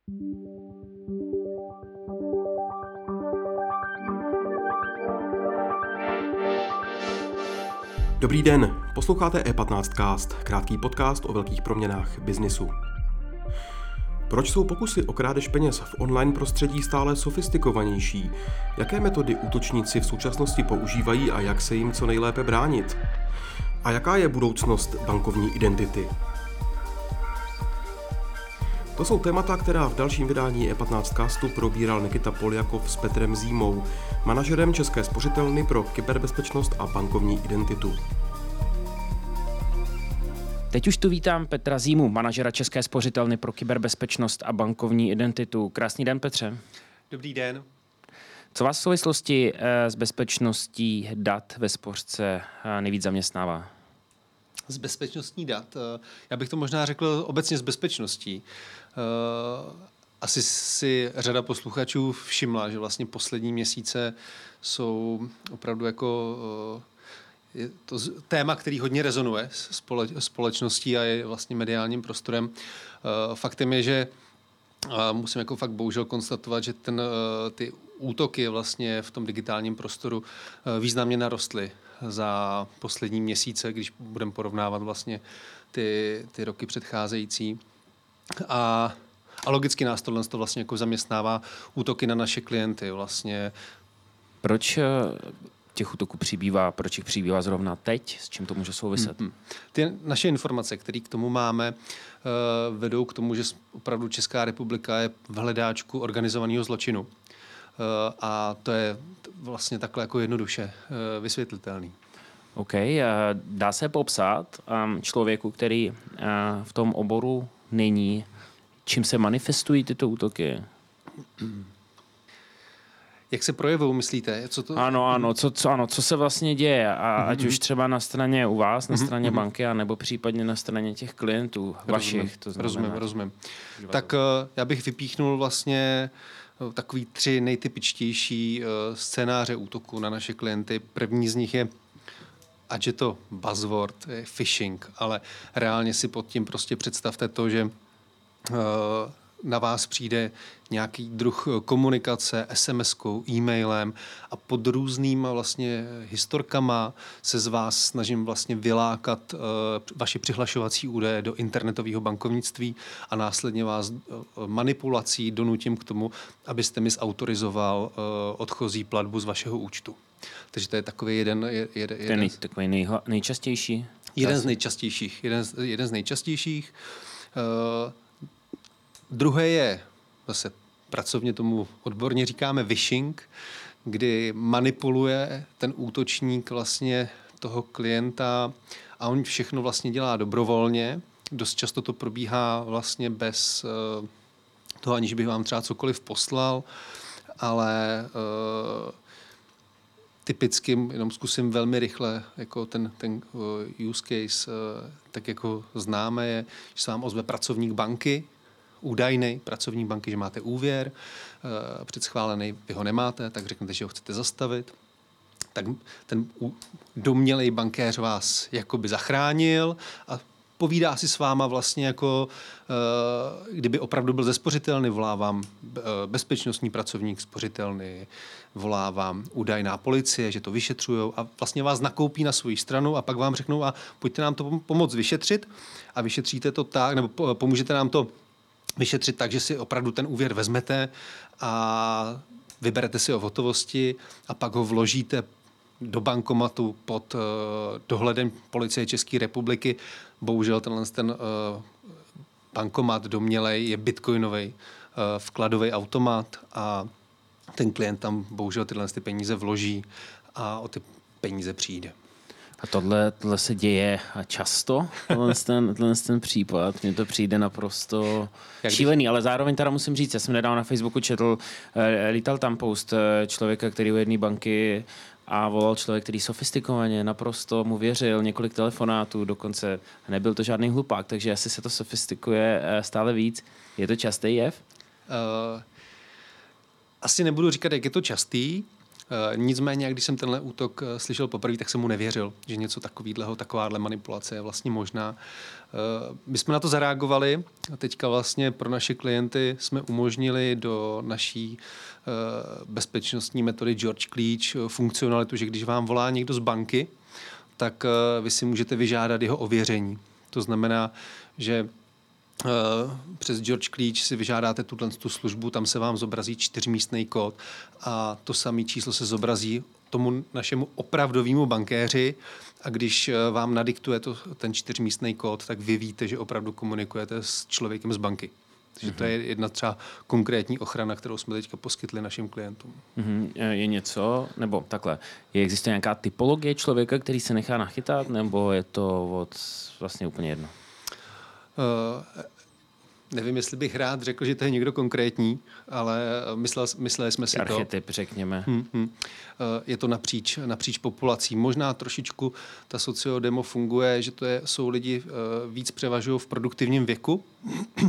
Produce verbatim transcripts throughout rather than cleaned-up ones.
Dobrý den, posloucháte E patnáct Cast, krátký podcast o velkých proměnách biznisu. Proč jsou pokusy o krádež peněz v online prostředí stále sofistikovanější? Jaké metody útočníci v současnosti používají a jak se jim co nejlépe bránit? A jaká je budoucnost bankovní identity? To jsou témata, která v dalším vydání E patnáct Castu probíral Nikita Poljakov s Petrem Zímou, manažerem České spořitelny pro kyberbezpečnost a bankovní identitu. Teď už tu vítám Petra Zímu, manažera České spořitelny pro kyberbezpečnost a bankovní identitu. Krásný den, Petře. Dobrý den. Co vás v souvislosti s bezpečností dat ve spořce nejvíc zaměstnává? Z bezpečnostní dat. Já bych to možná řekl obecně z bezpečností. Asi si řada posluchačů všimla, že vlastně poslední měsíce jsou opravdu jako je to téma, který hodně rezonuje s společností a je vlastně mediálním prostorem. Faktem je, že musím jako fakt bohužel konstatovat, že ten, ty útoky vlastně v tom digitálním prostoru významně narostly za poslední měsíce, když budeme porovnávat vlastně ty, ty roky předcházející. A, a logicky nás tohle to vlastně jako zaměstnává útoky na naše klienty vlastně. Proč těch útoků přibývá, proč jich přibývá zrovna teď? S čím to může souviset? Mm-hmm. Ty naše informace, které k tomu máme, uh, vedou k tomu, že opravdu Česká republika je v hledáčku organizovaného zločinu. Uh, a to je vlastně takhle jako jednoduše uh, vysvětlitelný. OK. Dá se popsat um, člověku, který uh, v tom oboru není, čím se manifestují tyto útoky? Jak se projevují, myslíte? Co to... Ano, ano, co, co, ano, co se vlastně děje, a ať už třeba na straně u vás, na straně banky, anebo případně na straně těch klientů vašich. Rozumím, to znamená. rozumím, rozumím. Tak uh, já bych vypíchnul vlastně uh, takový tři nejtypičtější uh, scénáře útoku na naše klienty. První z nich je, ať je to buzzword, je phishing, ale reálně si pod tím prostě představte to, že uh, na vás přijde nějaký druh komunikace es em eskou, e-mailem a pod různýma vlastně historkama se z vás snažím vlastně vylákat uh, vaše přihlašovací údaje do internetového bankovnictví a následně vás uh, manipulací donutím k tomu, abyste mi zautorizoval uh, odchozí platbu z vašeho účtu. Takže to je takový jeden... jeden, jeden nej, takový nejho, nejčastější? Jeden z nejčastějších. Jeden z, jeden z nejčastějších. Uh, Druhé je, zase pracovně tomu odborně říkáme phishing, kdy manipuluje ten útočník vlastně toho klienta a on všechno vlastně dělá dobrovolně. Dost často to probíhá vlastně bez uh, toho, aniž bych vám třeba cokoliv poslal, ale uh, typicky jenom zkusím velmi rychle, jako ten, ten uh, use case, uh, tak jako známe je, že se vám ozve pracovník banky, údajný pracovník banky, že máte úvěr, uh, předschválený, vy ho nemáte, tak řeknete, že ho chcete zastavit. Tak ten domnělej bankéř vás jakoby zachránil a povídá si s váma vlastně jako, uh, kdyby opravdu byl ze spořitelny, volá vám uh, bezpečnostní pracovník spořitelny, volá vám údajná policie, že to vyšetřujou a vlastně vás nakoupí na svou stranu a pak vám řeknou a pojďte nám to pomoct vyšetřit a vyšetříte to tak, nebo pomůžete nám to vyšetřit tak, že si opravdu ten úvěr vezmete a vyberete si o hotovosti a pak ho vložíte do bankomatu pod uh, dohledem policie České republiky. Bohužel tenhle ten uh, bankomat domnělej je bitcoinový uh, vkladový automat a ten klient tam bohužel tyhle ty peníze vloží a o ty peníze přijde. A tohle, tohle se děje často, tenhle ten, tenhle ten případ. Mně to přijde naprosto Jak šílený, když... ale zároveň teda musím říct, já jsem nedávno na Facebooku četl, eh, lítal tam post eh, člověka, který u jedné banky a volal člověk, který sofistikovaně naprosto mu věřil, několik telefonátů, dokonce nebyl to žádný hlupák, takže asi se to sofistikuje eh, stále víc. Je to častý jev? Uh, asi nebudu říkat, jak je to častý, Nicméně, když jsem tenhle útok slyšel poprvé, tak jsem mu nevěřil, že něco takového, takováhle manipulace je vlastně možná. My jsme na to zareagovali a teďka vlastně pro naše klienty jsme umožnili do naší bezpečnostní metody George Klíč funkcionalitu, že když vám volá někdo z banky, tak vy si můžete vyžádat jeho ověření. To znamená, že přes George Klíč si vyžádáte tuto tu službu, tam se vám zobrazí čtyřmístný kód a to samé číslo se zobrazí tomu našemu opravdovému bankéři a když vám nadiktuje to, ten čtyřmístný kód, tak vy víte, že opravdu komunikujete s člověkem z banky. Takže to je jedna třeba konkrétní ochrana, kterou jsme teďka poskytli našim klientům. Mm-hmm. Je něco, nebo takhle, je, existuje nějaká typologie člověka, který se nechá nachytat, nebo je to od vlastně úplně jedno? Uh, nevím, jestli bych rád řekl, že to je někdo konkrétní, ale myslel, mysleli jsme si archetyp, to. Archetyp, řekněme. Hmm, hmm. Uh, je to napříč, napříč populací. Možná trošičku ta sociodemo funguje, že to je, jsou lidi uh, víc převažují v produktivním věku, uh,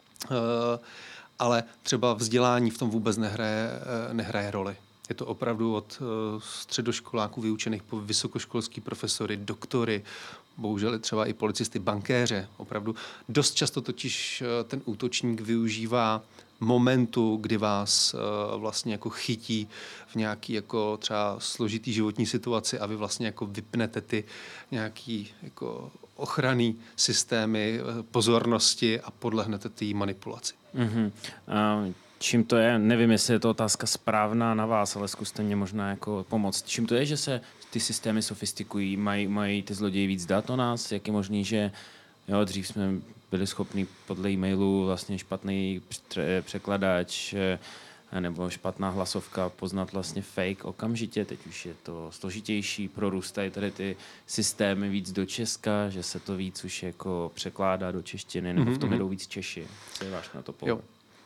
ale třeba vzdělání v tom vůbec nehraje, uh, nehraje roli. Je to opravdu od uh, středoškoláků vyučených po vysokoškolský profesory, doktory, bohužel třeba i policisty, bankéře. Opravdu dost často totiž uh, ten útočník využívá momentu, kdy vás uh, vlastně jako chytí v nějaký jako třeba složitý životní situaci a vy vlastně jako vypnete ty nějaký jako ochranný systémy pozornosti a podlehnete té manipulaci. Mm-hmm. Uh, čím to je? Nevím, jestli je to otázka správná na vás, ale zkuste mě možná jako pomoct. Čím to je, že se ty systémy sofistikují? Mají, mají ty zloději víc dat o nás? Jak je možný, že jo, dřív jsme byli schopni podle e-mailu vlastně špatný překladač nebo špatná hlasovka poznat vlastně fake okamžitě. Teď už je to složitější, prorůstají tady ty systémy víc do Česka, že se to víc už jako překládá do češtiny, nebo v tom jedou víc Češi. Co je váš na to pohled?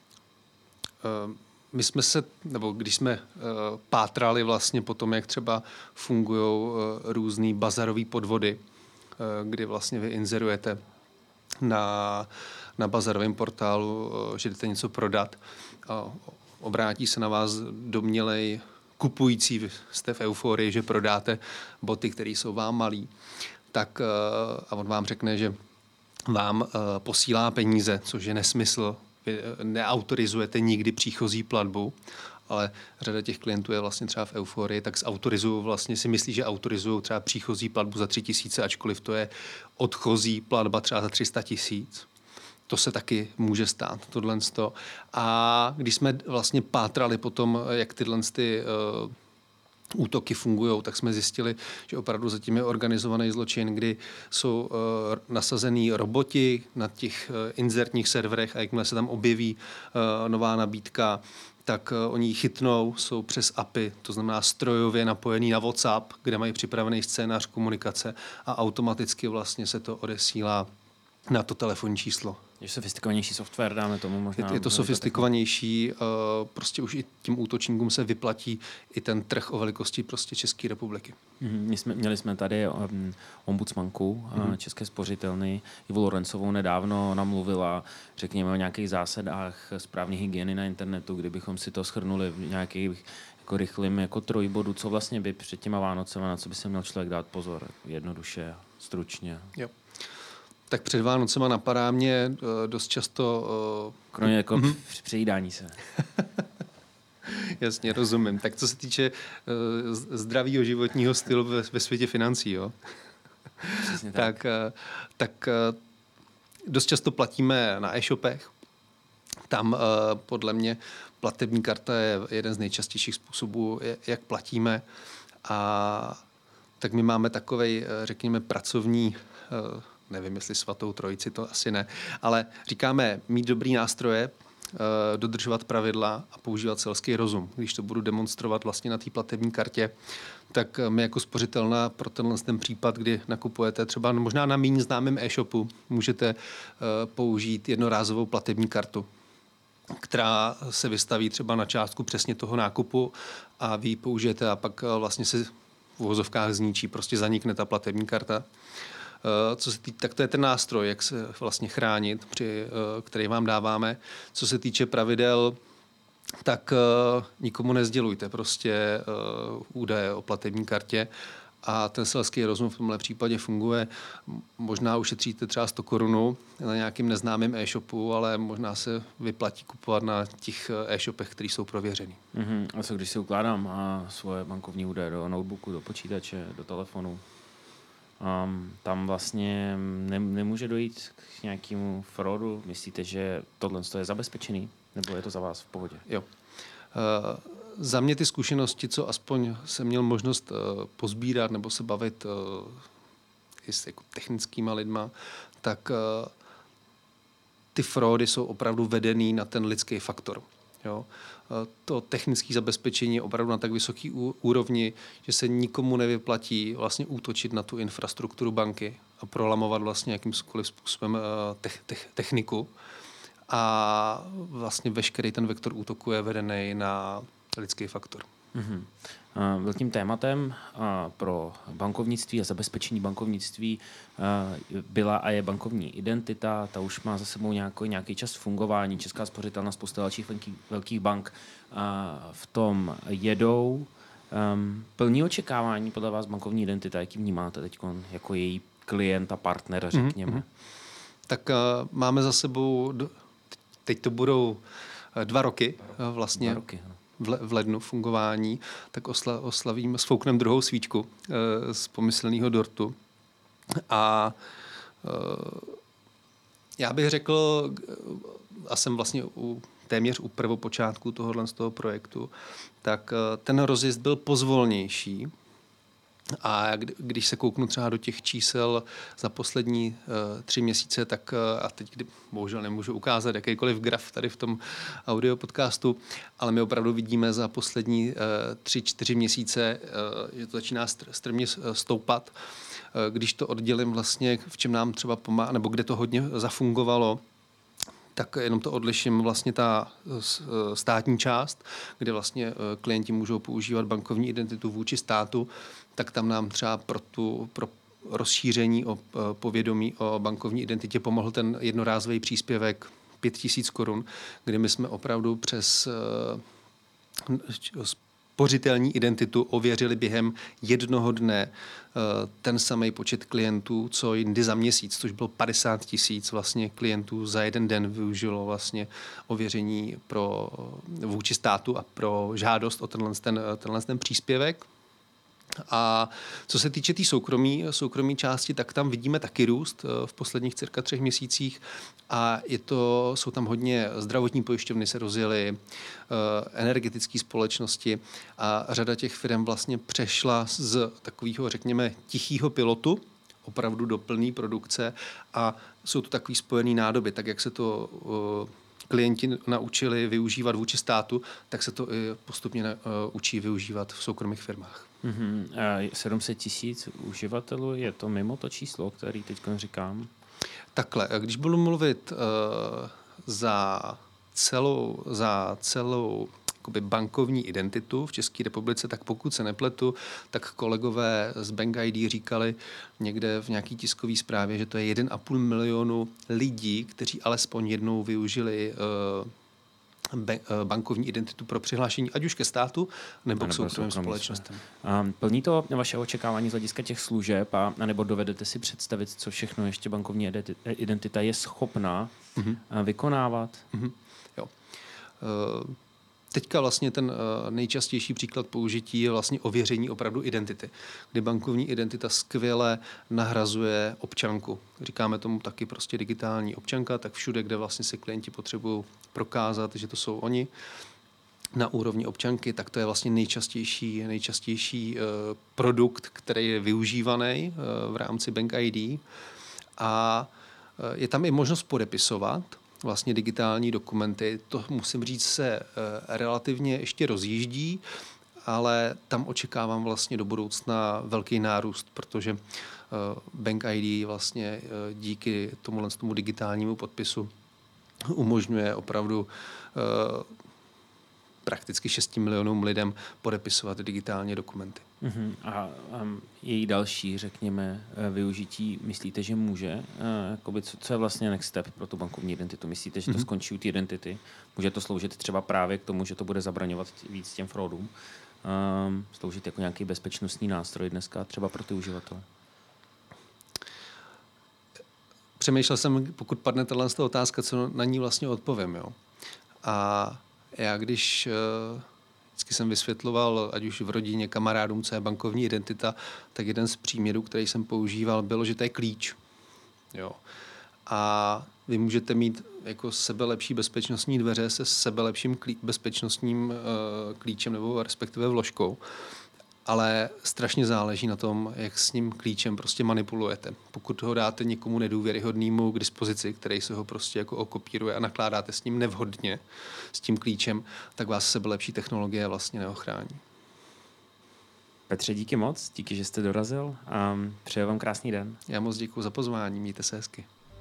Uh, my jsme se, nebo když jsme uh, pátrali vlastně po tom, jak třeba fungují uh, různý bazarový podvody, uh, kdy vlastně vy inzerujete na, na bazarovém portálu, uh, že jdete něco prodat a obrátí se na vás domnělej kupující, jste v euforii, že prodáte boty, které jsou vám malý, tak uh, a on vám řekne, že vám uh, posílá peníze, což je nesmysl. Vy neautorizujete nikdy příchozí platbu, ale řada těch klientů je vlastně třeba v euforii, tak zautorizují, vlastně si myslí, že autorizují třeba příchozí platbu za tři tisíce, ačkoliv to je odchozí platba třeba za tři sta tisíc. To se taky může stát, tohle. A když jsme vlastně pátrali potom, jak tyhle ty, uh, útoky fungují, tak jsme zjistili, že opravdu zatím je organizovaný zločin, kdy jsou uh, nasazený roboti na těch uh, inzertních serverech a jakmile se tam objeví uh, nová nabídka, tak uh, oni ji chytnou, jsou přes A P I, to znamená strojově napojený na WhatsApp, kde mají připravený scénář komunikace a automaticky vlastně se to odesílá na to telefonní číslo. Je sofistikovanější software, dáme tomu možná. Je, je to sofistikovanější, uh, prostě už i tím útočníkům se vyplatí i ten trh o velikosti prostě České republiky. Mm-hmm. My jsme, měli jsme tady um, ombudsmanku mm-hmm. České spořitelny, Ivu Lorencovou nedávno, ona mluvila, řekněme, o nějakých zásadách správné hygieny na internetu, kdybychom si to shrnuli v nějakých jako rychlým jako trojbodu, co vlastně by před těma Vánocema, na co by se měl člověk dát pozor, jednoduše, stručně. Jo. Tak před Vánocema napadá mě uh, dost často... Uh, Kromě jako mm-hmm. přejídání se. Jasně, rozumím. Tak co se týče uh, zdravého životního stylu ve, ve světě financí, jo? Přesně tak, tak. uh, tak uh, dost často platíme na e-shopech. Tam uh, podle mě platební karta je jeden z nejčastějších způsobů, jak platíme. A tak my máme takovej, řekněme, pracovní... Uh, nevím, jestli svatou trojici, to asi ne, ale říkáme mít dobrý nástroje, dodržovat pravidla a používat selský rozum. Když to budu demonstrovat vlastně na té platební kartě, tak my jako spořitelna pro tenhle ten případ, kdy nakupujete třeba možná na méně známém e-shopu, můžete použít jednorázovou platební kartu, která se vystaví třeba na částku přesně toho nákupu a vy ji použijete a pak vlastně se v uvozovkách zničí, prostě zanikne ta platební karta. Co se týče, tak to je ten nástroj, jak se vlastně chránit, při, který vám dáváme. Co se týče pravidel tak uh, nikomu nezdělujte prostě uh, údaje o platební kartě a ten selský rozum v tomhle případě funguje. Možná ušetříte třeba sto korun na nějakým neznámém e-shopu, ale možná se vyplatí kupovat na těch e-shopech, které jsou prověřený. Mm-hmm. A co když si ukládám a svoje bankovní údaje do notebooku, do počítače, do telefonu? Um, tam vlastně ne, nemůže dojít k nějakému fraudu? Myslíte, že tohle je zabezpečený? Nebo je to za vás v pohodě? Jo. Uh, za mě ty zkušenosti, co aspoň jsem měl možnost uh, pozbírat nebo se bavit uh, i s jako technickýma lidma, tak uh, ty fraudy jsou opravdu vedený na ten lidský faktor. Jo. Uh, to technické zabezpečení je opravdu na tak vysoké úrovni, že se nikomu nevyplatí vlastně útočit na tu infrastrukturu banky a prolamovat vlastně jakýmkoliv způsobem uh, te- te- techniku. A vlastně veškerý ten vektor útoku je vedený na lidský faktor. Mm-hmm. Velkým tématem pro bankovnictví a zabezpečení bankovnictví byla a je bankovní identita. Ta už má za sebou nějaký, nějaký čas fungování. Česká spořitelna, spousta dalších velkých, velkých bank v tom jedou. Plní očekávání podle vás bankovní identita, jaký vnímáte teď jako její klient a partner, řekněme? Mm-hmm. Tak uh, máme za sebou, teď to budou dva roky uh, vlastně. Dva roky, no. v lednu fungování, tak osla, oslavím, sfouknem druhou svíčku e, z pomyslného dortu. A e, já bych řekl, a jsem vlastně u, téměř u prvopočátku tohohle z toho projektu, tak e, ten rozjezd byl pozvolnější. A když se kouknu třeba do těch čísel za poslední uh, tři měsíce, tak uh, a teď, kdy bohužel nemůžu ukázat jakýkoliv graf tady v tom audio podcastu, ale my opravdu vidíme za poslední uh, tři, čtyři měsíce, uh, že to začíná str- strmě stoupat. Uh, když to oddělím vlastně, v čem nám třeba pomáhá, nebo kde to hodně zafungovalo, tak jenom to odliším vlastně ta státní část, kde vlastně klienti můžou používat bankovní identitu vůči státu, tak tam nám třeba pro, tu, pro rozšíření o povědomí o bankovní identitě pomohl ten jednorázový příspěvek pět tisíc korun, kdy my jsme opravdu přes spořitelní identitu ověřili během jednoho dne ten samý počet klientů, co jindy za měsíc, což bylo padesát tisíc vlastně klientů za jeden den využilo vlastně ověření pro vůči státu a pro žádost o tenhle ten, tenhle ten příspěvek. A co se týče té tý soukromí, soukromí části, tak tam vidíme taky růst v posledních cirka třech měsících a je to, jsou tam hodně zdravotní pojišťovny se rozjely, energetické společnosti a řada těch firm vlastně přešla z takového, řekněme, tichého pilotu opravdu do plné produkce a jsou to takový spojený nádoby, tak jak se to klienti naučili využívat vůči státu, tak se to i postupně uh, učí využívat v soukromých firmách. Mm-hmm. sedm set tisíc uživatelů, je to mimo to číslo, který teď říkám? Takhle, když budu mluvit uh, za celou, za celou jakoby bankovní identitu v České republice, tak pokud se nepletu, tak kolegové z Bank I D říkali někde v nějaký tiskové zprávě, že to je jeden a půl milionu lidí, kteří alespoň jednou využili uh, bankovní identitu pro přihlášení ať už ke státu, nebo a k soukromým společnostem. Um, plní to vaše očekávání z hlediska těch služeb, a nebo dovedete si představit, co všechno ještě bankovní identita je schopná mm-hmm. vykonávat? Mm-hmm. Jo. Uh, Teďka vlastně ten nejčastější příklad použití je vlastně ověření opravdu identity, kdy bankovní identita skvěle nahrazuje občanku. Říkáme tomu taky prostě digitální občanka, tak všude, kde vlastně se klienti potřebují prokázat, že to jsou oni na úrovni občanky, tak to je vlastně nejčastější, nejčastější produkt, který je využívaný v rámci Bank I D. A je tam i možnost podepisovat vlastně digitální dokumenty. To musím říct se relativně ještě rozjíždí, ale tam očekávám vlastně do budoucna velký nárůst, protože Bank I D vlastně díky tomuhle tomu digitálnímu podpisu umožňuje opravdu prakticky šesti milionům lidem podepisovat digitálně dokumenty. Uh-huh. A um, její další, řekněme, využití, myslíte, že může? Uh, jakoby, co, co je vlastně next step pro tu bankovní identitu? Myslíte, že to uh-huh. skončí u té identity? Může to sloužit třeba právě k tomu, že to bude zabraňovat víc těm fraudům? Um, sloužit jako nějaký bezpečnostní nástroj dneska třeba pro ty uživatele? Přemýšlel jsem, pokud padne tahle otázka, co na ní vlastně odpovím. Jo? A já když uh, vždycky jsem vysvětloval, ať už v rodině, kamarádům, co je bankovní identita, tak jeden z příměrů, který jsem používal, bylo, že to je klíč. Jo. A vy můžete mít jako sebelepší bezpečnostní dveře se sebelepším klí- bezpečnostním uh, klíčem nebo respektive vložkou, ale strašně záleží na tom, jak s ním klíčem prostě manipulujete. Pokud ho dáte někomu nedůvěryhodnému k dispozici, který se ho prostě jako okopíruje a nakládáte s ním nevhodně, s tím klíčem, tak vás sebelepší technologie vlastně neochrání. Petře, díky moc, díky, že jste dorazil a přeju vám krásný den. Já moc děkuji za pozvání, mějte se hezky.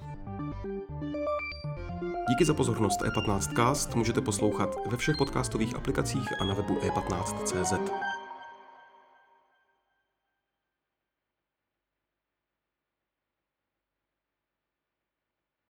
Díky za pozornost E patnáct Cast můžete poslouchat ve všech podcastových aplikacích a na webu e patnáct tečka cé zet.